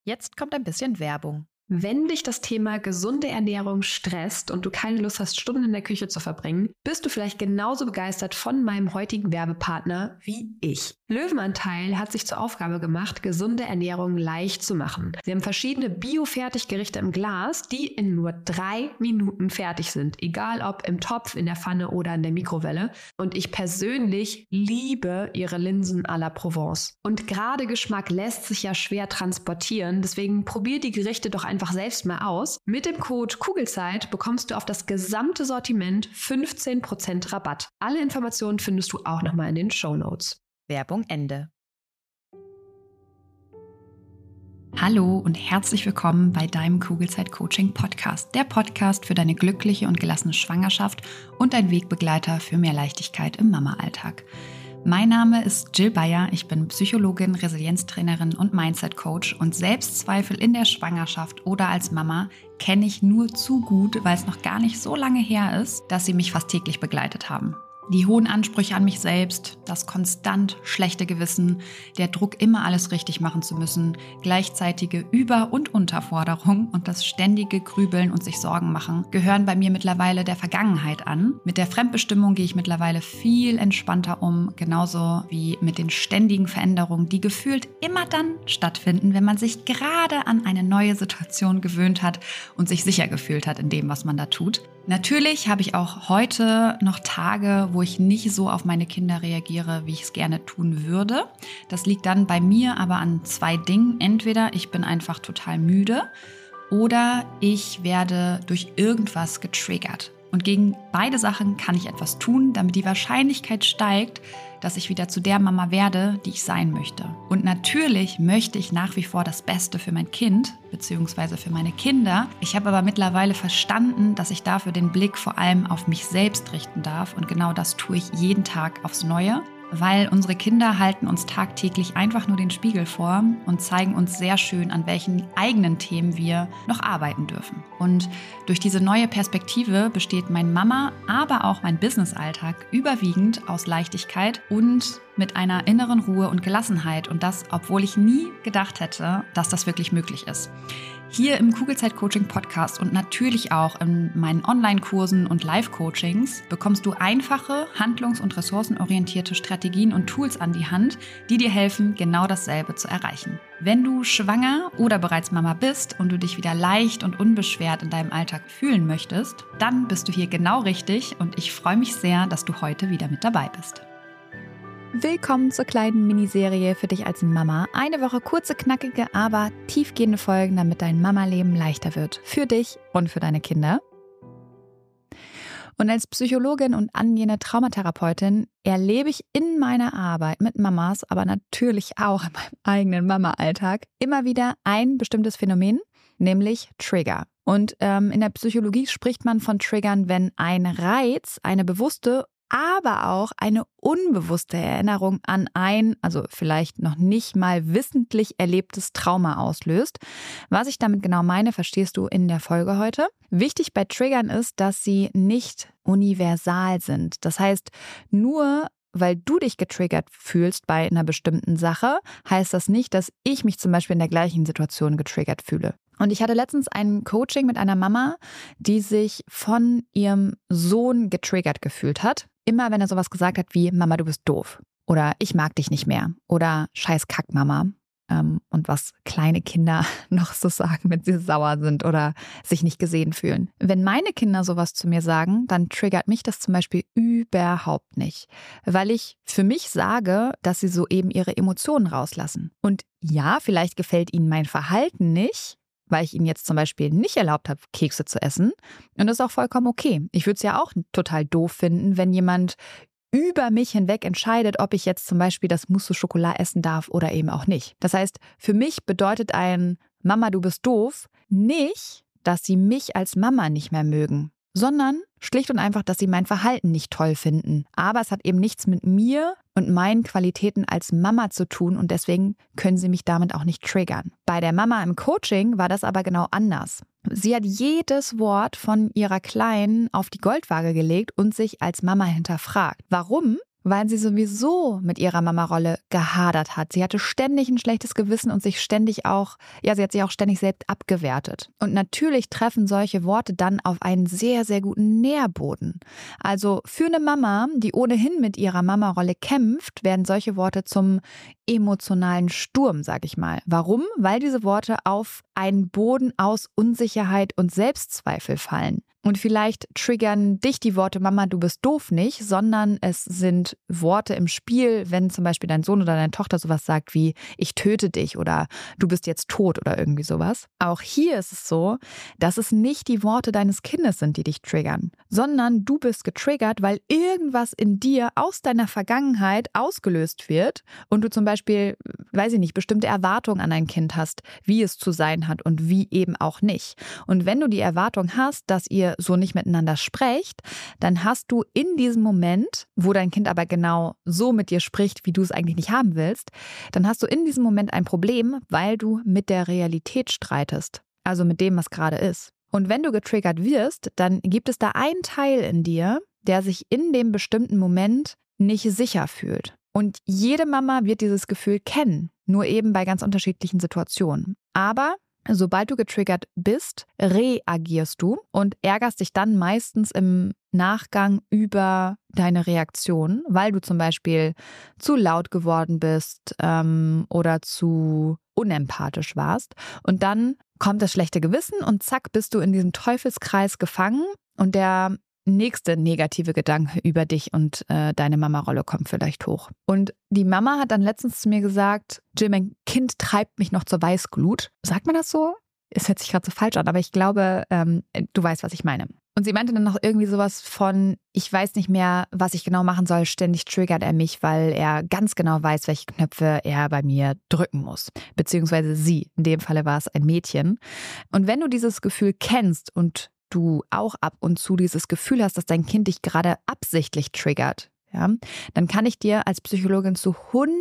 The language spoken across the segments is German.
Jetzt kommt ein bisschen Werbung. Wenn dich das Thema gesunde Ernährung stresst und du keine Lust hast, Stunden in der Küche zu verbringen, bist du vielleicht genauso begeistert von meinem heutigen Werbepartner wie ich. Löwenanteil hat sich zur Aufgabe gemacht, gesunde Ernährung leicht zu machen. Sie haben verschiedene Bio-Fertiggerichte im Glas, die in nur 3 Minuten fertig sind. Egal ob im Topf, in der Pfanne oder in der Mikrowelle. Und ich persönlich liebe ihre Linsen à la Provence. Und gerade Geschmack lässt sich ja schwer transportieren. Deswegen probier die Gerichte doch einfach selbst mal aus. Mit dem Code Kugelzeit bekommst du auf das gesamte Sortiment 15% Rabatt. Alle Informationen findest du auch nochmal in den Shownotes. Werbung Ende. Hallo und herzlich willkommen bei deinem Kugelzeit-Coaching-Podcast. Der Podcast für deine glückliche und gelassene Schwangerschaft und ein Wegbegleiter für mehr Leichtigkeit im Mama-Alltag. Mein Name ist Jill Bayer, ich bin Psychologin, Resilienztrainerin und Mindset-Coach und Selbstzweifel in der Schwangerschaft oder als Mama kenne ich nur zu gut, weil es noch gar nicht so lange her ist, dass sie mich fast täglich begleitet haben. Die hohen Ansprüche an mich selbst, das konstant schlechte Gewissen, der Druck, immer alles richtig machen zu müssen, gleichzeitige Über- und Unterforderung und das ständige Grübeln und sich Sorgen machen gehören bei mir mittlerweile der Vergangenheit an. Mit der Fremdbestimmung gehe ich mittlerweile viel entspannter um, genauso wie mit den ständigen Veränderungen, die gefühlt immer dann stattfinden, wenn man sich gerade an eine neue Situation gewöhnt hat und sich sicher gefühlt hat in dem, was man da tut. Natürlich habe ich auch heute noch Tage, wo ich nicht so auf meine Kinder reagiere, wie ich es gerne tun würde. Das liegt dann bei mir aber an 2 Dingen. Entweder ich bin einfach total müde oder ich werde durch irgendwas getriggert. Und gegen beide Sachen kann ich etwas tun, damit die Wahrscheinlichkeit steigt, dass ich wieder zu der Mama werde, die ich sein möchte. Und natürlich möchte ich nach wie vor das Beste für mein Kind bzw. für meine Kinder. Ich habe aber mittlerweile verstanden, dass ich dafür den Blick vor allem auf mich selbst richten darf. Und genau das tue ich jeden Tag aufs Neue. Weil unsere Kinder halten uns tagtäglich einfach nur den Spiegel vor und zeigen uns sehr schön, an welchen eigenen Themen wir noch arbeiten dürfen. Und durch diese neue Perspektive besteht mein Mama, aber auch mein Business-Alltag überwiegend aus Leichtigkeit und mit einer inneren Ruhe und Gelassenheit. Und das, obwohl ich nie gedacht hätte, dass das wirklich möglich ist. Hier im Kugelzeit-Coaching-Podcast und natürlich auch in meinen Online-Kursen und Live-Coachings bekommst du einfache, handlungs- und ressourcenorientierte Strategien und Tools an die Hand, die dir helfen, genau dasselbe zu erreichen. Wenn du schwanger oder bereits Mama bist und du dich wieder leicht und unbeschwert in deinem Alltag fühlen möchtest, dann bist du hier genau richtig und ich freue mich sehr, dass du heute wieder mit dabei bist. Willkommen zur kleinen Miniserie für dich als Mama. Eine Woche kurze, knackige, aber tiefgehende Folgen, damit dein Mama-Leben leichter wird. Für dich und für deine Kinder. Und als Psychologin und angehende Traumatherapeutin erlebe ich in meiner Arbeit mit Mamas, aber natürlich auch in meinem eigenen Mama-Alltag, immer wieder ein bestimmtes Phänomen, nämlich Trigger. Und in der Psychologie spricht man von Triggern, wenn ein Reiz eine bewusste aber auch eine unbewusste Erinnerung an ein, also vielleicht noch nicht mal wissentlich erlebtes Trauma auslöst. Was ich damit genau meine, verstehst du in der Folge heute. Wichtig bei Triggern ist, dass sie nicht universal sind. Das heißt, nur weil du dich getriggert fühlst bei einer bestimmten Sache, heißt das nicht, dass ich mich zum Beispiel in der gleichen Situation getriggert fühle. Und ich hatte letztens ein Coaching mit einer Mama, die sich von ihrem Sohn getriggert gefühlt hat. Immer wenn er sowas gesagt hat wie, Mama, du bist doof. Oder ich mag dich nicht mehr. Oder scheiß Kack, Mama. Und was kleine Kinder noch so sagen, wenn sie sauer sind oder sich nicht gesehen fühlen. Wenn meine Kinder sowas zu mir sagen, dann triggert mich das zum Beispiel überhaupt nicht. Weil ich für mich sage, dass sie so eben ihre Emotionen rauslassen. Und ja, vielleicht gefällt ihnen mein Verhalten nicht, weil ich ihnen jetzt zum Beispiel nicht erlaubt habe, Kekse zu essen. Und das ist auch vollkommen okay. Ich würde es ja auch total doof finden, wenn jemand über mich hinweg entscheidet, ob ich jetzt zum Beispiel das Mousse au Chocolat essen darf oder eben auch nicht. Das heißt, für mich bedeutet ein Mama, du bist doof nicht, dass sie mich als Mama nicht mehr mögen, sondern schlicht und einfach, dass sie mein Verhalten nicht toll finden. Aber es hat eben nichts mit mir und meinen Qualitäten als Mama zu tun und deswegen können sie mich damit auch nicht triggern. Bei der Mama im Coaching war das aber genau anders. Sie hat jedes Wort von ihrer Kleinen auf die Goldwaage gelegt und sich als Mama hinterfragt. Warum? weil sie sowieso mit ihrer Mama-Rolle gehadert hat. Sie hatte ständig ein schlechtes Gewissen und sie hat sich auch ständig selbst abgewertet. Und natürlich treffen solche Worte dann auf einen sehr, sehr guten Nährboden. Also für eine Mama, die ohnehin mit ihrer Mama-Rolle kämpft, werden solche Worte zum emotionalen Sturm, sag ich mal. Warum? Weil diese Worte auf einen Boden aus Unsicherheit und Selbstzweifel fallen. Und vielleicht triggern dich die Worte Mama, du bist doof nicht, sondern es sind Worte im Spiel, wenn zum Beispiel dein Sohn oder deine Tochter sowas sagt wie ich töte dich oder du bist jetzt tot oder irgendwie sowas. Auch hier ist es so, dass es nicht die Worte deines Kindes sind, die dich triggern, sondern du bist getriggert, weil irgendwas in dir aus deiner Vergangenheit ausgelöst wird und du zum Beispiel, bestimmte Erwartungen an dein Kind hast, wie es zu sein hat und wie eben auch nicht. Und wenn du die Erwartung hast, dass ihr so nicht miteinander sprecht, dann hast du in diesem Moment, wo dein Kind aber genau so mit dir spricht, wie du es eigentlich nicht haben willst, dann hast du in diesem Moment ein Problem, weil du mit der Realität streitest, also mit dem, was gerade ist. Und wenn du getriggert wirst, dann gibt es da einen Teil in dir, der sich in dem bestimmten Moment nicht sicher fühlt. Und jede Mama wird dieses Gefühl kennen, nur eben bei ganz unterschiedlichen Situationen. Aber sobald du getriggert bist, reagierst du und ärgerst dich dann meistens im Nachgang über deine Reaktion, weil du zum Beispiel zu laut geworden bist oder zu unempathisch warst. Und dann kommt das schlechte Gewissen und zack, bist du in diesem Teufelskreis gefangen und der nächste negative Gedanke über dich und deine Mama-Rolle kommt vielleicht hoch. Und die Mama hat dann letztens zu mir gesagt, Jill, mein Kind treibt mich noch zur Weißglut. Sagt man das so? Es hört sich gerade so falsch an, aber ich glaube, du weißt, was ich meine. Und sie meinte dann noch irgendwie sowas von, ich weiß nicht mehr, was ich genau machen soll. Ständig triggert er mich, weil er ganz genau weiß, welche Knöpfe er bei mir drücken muss. Beziehungsweise sie. In dem Falle war es ein Mädchen. Und wenn du dieses Gefühl kennst und du auch ab und zu dieses Gefühl hast, dass dein Kind dich gerade absichtlich triggert, ja, dann kann ich dir als Psychologin zu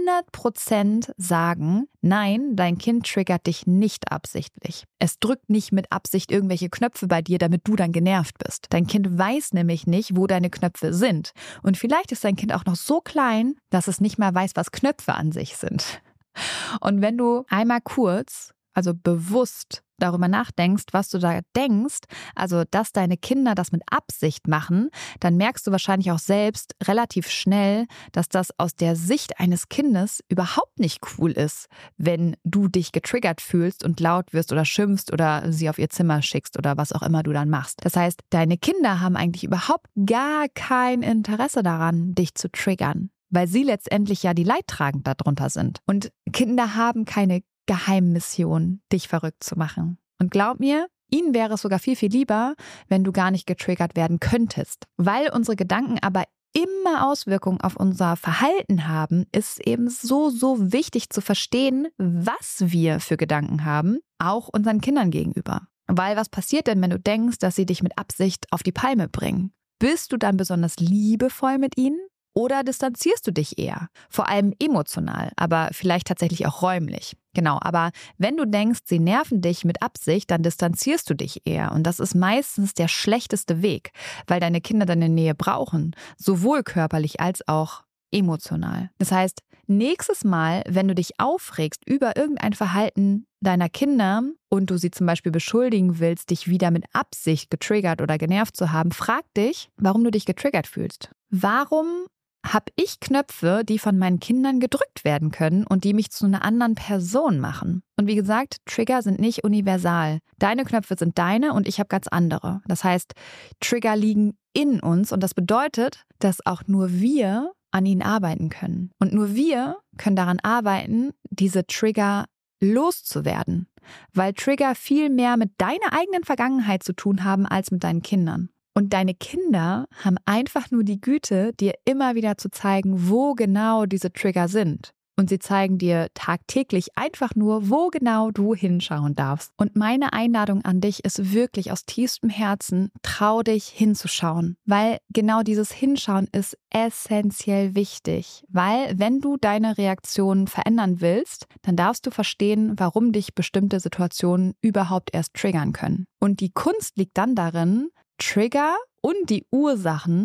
100% sagen, nein, dein Kind triggert dich nicht absichtlich. Es drückt nicht mit Absicht irgendwelche Knöpfe bei dir, damit du dann genervt bist. Dein Kind weiß nämlich nicht, wo deine Knöpfe sind. Und vielleicht ist dein Kind auch noch so klein, dass es nicht mal weiß, was Knöpfe an sich sind. Und wenn du einmal kurz, also bewusst darüber nachdenkst, was du da denkst, also dass deine Kinder das mit Absicht machen, dann merkst du wahrscheinlich auch selbst relativ schnell, dass das aus der Sicht eines Kindes überhaupt nicht cool ist, wenn du dich getriggert fühlst und laut wirst oder schimpfst oder sie auf ihr Zimmer schickst oder was auch immer du dann machst. Das heißt, deine Kinder haben eigentlich überhaupt gar kein Interesse daran, dich zu triggern, weil sie letztendlich ja die Leidtragenden darunter sind. Und Kinder haben keine Geheimmission, dich verrückt zu machen. Und glaub mir, ihnen wäre es sogar viel, viel lieber, wenn du gar nicht getriggert werden könntest. Weil unsere Gedanken aber immer Auswirkungen auf unser Verhalten haben, ist eben so, so wichtig zu verstehen, was wir für Gedanken haben, auch unseren Kindern gegenüber. Weil was passiert denn, wenn du denkst, dass sie dich mit Absicht auf die Palme bringen? Bist du dann besonders liebevoll mit ihnen? Oder distanzierst du dich eher? Vor allem emotional, aber vielleicht tatsächlich auch räumlich. Genau, aber wenn du denkst, sie nerven dich mit Absicht, dann distanzierst du dich eher. Und das ist meistens der schlechteste Weg, weil deine Kinder deine Nähe brauchen, sowohl körperlich als auch emotional. Das heißt, nächstes Mal, wenn du dich aufregst über irgendein Verhalten deiner Kinder und du sie zum Beispiel beschuldigen willst, dich wieder mit Absicht getriggert oder genervt zu haben, frag dich, warum du dich getriggert fühlst. Warum habe ich Knöpfe, die von meinen Kindern gedrückt werden können und die mich zu einer anderen Person machen? Und wie gesagt, Trigger sind nicht universal. Deine Knöpfe sind deine und ich habe ganz andere. Das heißt, Trigger liegen in uns und das bedeutet, dass auch nur wir an ihnen arbeiten können. Und nur wir können daran arbeiten, diese Trigger loszuwerden, weil Trigger viel mehr mit deiner eigenen Vergangenheit zu tun haben als mit deinen Kindern. Und deine Kinder haben einfach nur die Güte, dir immer wieder zu zeigen, wo genau diese Trigger sind. Und sie zeigen dir tagtäglich einfach nur, wo genau du hinschauen darfst. Und meine Einladung an dich ist wirklich aus tiefstem Herzen, trau dich hinzuschauen. Weil genau dieses Hinschauen ist essentiell wichtig. Weil wenn du deine Reaktionen verändern willst, dann darfst du verstehen, warum dich bestimmte Situationen überhaupt erst triggern können. Und die Kunst liegt dann darin, Trigger und die Ursachen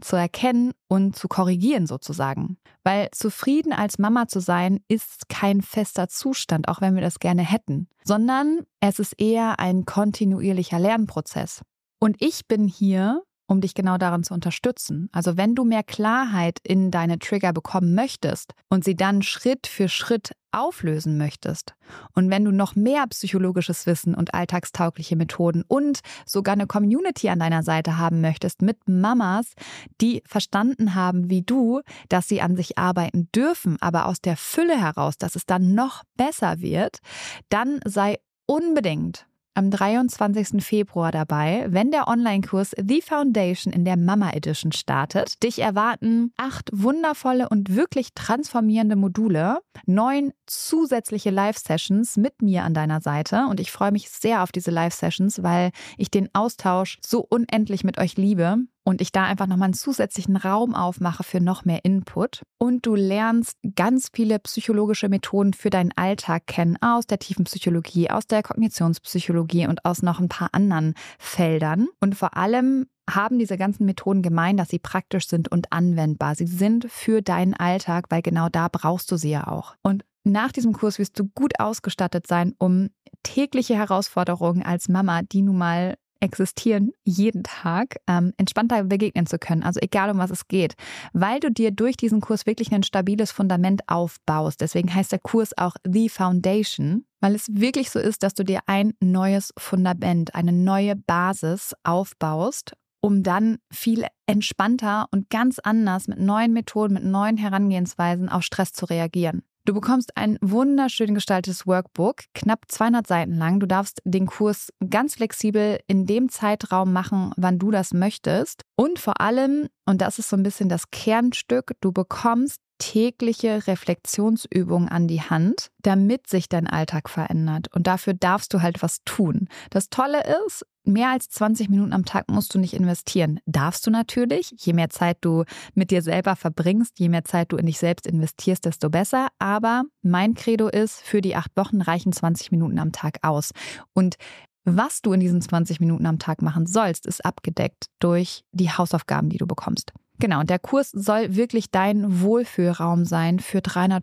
zu erkennen und zu korrigieren sozusagen. Weil zufrieden als Mama zu sein, ist kein fester Zustand, auch wenn wir das gerne hätten, sondern es ist eher ein kontinuierlicher Lernprozess. Und ich bin hier, um dich genau darin zu unterstützen. Also wenn du mehr Klarheit in deine Trigger bekommen möchtest und sie dann Schritt für Schritt auflösen möchtest und wenn du noch mehr psychologisches Wissen und alltagstaugliche Methoden und sogar eine Community an deiner Seite haben möchtest mit Mamas, die verstanden haben wie du, dass sie an sich arbeiten dürfen, aber aus der Fülle heraus, dass es dann noch besser wird, dann sei unbedingt am 23. Februar dabei, wenn der Online-Kurs The Foundation in der Mama Edition startet. Dich erwarten 8 wundervolle und wirklich transformierende Module, 9 zusätzliche Live-Sessions mit mir an deiner Seite und ich freue mich sehr auf diese Live-Sessions, weil ich den Austausch so unendlich mit euch liebe. Und ich da einfach nochmal einen zusätzlichen Raum aufmache für noch mehr Input. Und du lernst ganz viele psychologische Methoden für deinen Alltag kennen, aus der Tiefenpsychologie, aus der Kognitionspsychologie und aus noch ein paar anderen Feldern. Und vor allem haben diese ganzen Methoden gemein, dass sie praktisch sind und anwendbar. Sie sind für deinen Alltag, weil genau da brauchst du sie ja auch. Und nach diesem Kurs wirst du gut ausgestattet sein, um tägliche Herausforderungen als Mama, die nun mal existieren, jeden Tag entspannter begegnen zu können. Also egal, um was es geht. Weil du dir durch diesen Kurs wirklich ein stabiles Fundament aufbaust. Deswegen heißt der Kurs auch The Foundation, weil es wirklich so ist, dass du dir ein neues Fundament, eine neue Basis aufbaust, um dann viel entspannter und ganz anders mit neuen Methoden, mit neuen Herangehensweisen auf Stress zu reagieren. Du bekommst ein wunderschön gestaltetes Workbook, knapp 200 Seiten lang. Du darfst den Kurs ganz flexibel in dem Zeitraum machen, wann du das möchtest. Und vor allem, und das ist so ein bisschen das Kernstück, du bekommst tägliche Reflexionsübungen an die Hand, damit sich dein Alltag verändert. Und dafür darfst du halt was tun. Das Tolle ist, mehr als 20 Minuten am Tag musst du nicht investieren. Darfst du natürlich. Je mehr Zeit du mit dir selber verbringst, je mehr Zeit du in dich selbst investierst, desto besser. Aber mein Credo ist, für die 8 Wochen reichen 20 Minuten am Tag aus. Und was du in diesen 20 Minuten am Tag machen sollst, ist abgedeckt durch die Hausaufgaben, die du bekommst. Genau, und der Kurs soll wirklich dein Wohlfühlraum sein für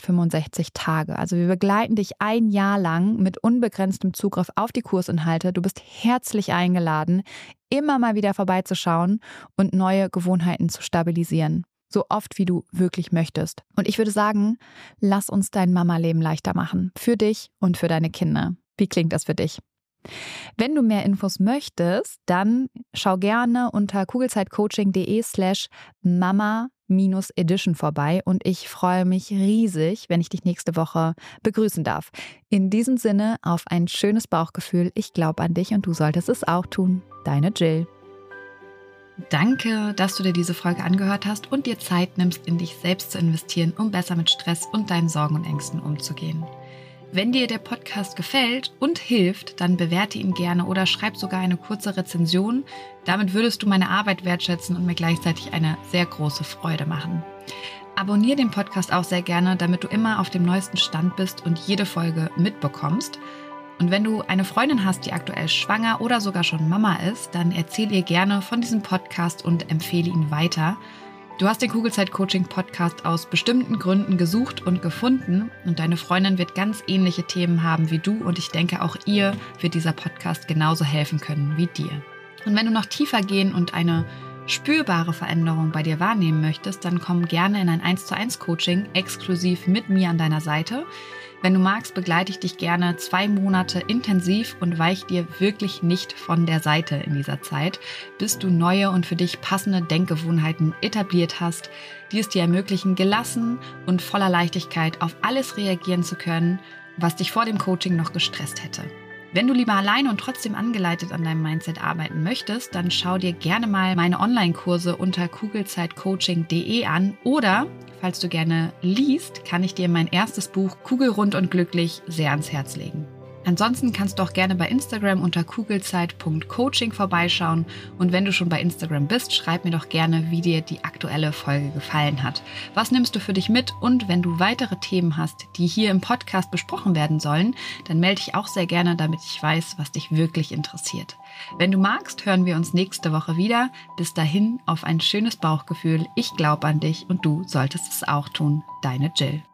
365 Tage. Also wir begleiten dich ein Jahr lang mit unbegrenztem Zugriff auf die Kursinhalte. Du bist herzlich eingeladen, immer mal wieder vorbeizuschauen und neue Gewohnheiten zu stabilisieren. So oft, wie du wirklich möchtest. Und ich würde sagen, lass uns dein Mama-Leben leichter machen. Für dich und für deine Kinder. Wie klingt das für dich? Wenn du mehr Infos möchtest, dann schau gerne unter kugelzeitcoaching.de/mama-edition vorbei und ich freue mich riesig, wenn ich dich nächste Woche begrüßen darf. In diesem Sinne, auf ein schönes Bauchgefühl. Ich glaube an dich und du solltest es auch tun. Deine Jill. Danke, dass du dir diese Folge angehört hast und dir Zeit nimmst, in dich selbst zu investieren, um besser mit Stress und deinen Sorgen und Ängsten umzugehen. Wenn dir der Podcast gefällt und hilft, dann bewerte ihn gerne oder schreib sogar eine kurze Rezension. Damit würdest du meine Arbeit wertschätzen und mir gleichzeitig eine sehr große Freude machen. Abonniere den Podcast auch sehr gerne, damit du immer auf dem neuesten Stand bist und jede Folge mitbekommst. Und wenn du eine Freundin hast, die aktuell schwanger oder sogar schon Mama ist, dann erzähl ihr gerne von diesem Podcast und empfehle ihn weiter. Du hast den Kugelzeit-Coaching-Podcast aus bestimmten Gründen gesucht und gefunden und deine Freundin wird ganz ähnliche Themen haben wie du und ich denke, auch ihr wird dieser Podcast genauso helfen können wie dir. Und wenn du noch tiefer gehen und eine spürbare Veränderung bei dir wahrnehmen möchtest, dann komm gerne in ein 1:1 Coaching exklusiv mit mir an deiner Seite. Wenn du magst, begleite ich dich gerne 2 Monate intensiv und weiche dir wirklich nicht von der Seite in dieser Zeit, bis du neue und für dich passende Denkgewohnheiten etabliert hast, die es dir ermöglichen, gelassen und voller Leichtigkeit auf alles reagieren zu können, was dich vor dem Coaching noch gestresst hätte. Wenn du lieber alleine und trotzdem angeleitet an deinem Mindset arbeiten möchtest, dann schau dir gerne mal meine Online-Kurse unter kugelzeitcoaching.de an oder, falls du gerne liest, kann ich dir mein erstes Buch Kugelrund und glücklich sehr ans Herz legen. Ansonsten kannst du auch gerne bei Instagram unter kugelzeit.coaching vorbeischauen. Und wenn du schon bei Instagram bist, schreib mir doch gerne, wie dir die aktuelle Folge gefallen hat. Was nimmst du für dich mit? Und wenn du weitere Themen hast, die hier im Podcast besprochen werden sollen, dann melde dich auch sehr gerne, damit ich weiß, was dich wirklich interessiert. Wenn du magst, hören wir uns nächste Woche wieder. Bis dahin auf ein schönes Bauchgefühl. Ich glaube an dich und du solltest es auch tun. Deine Jill.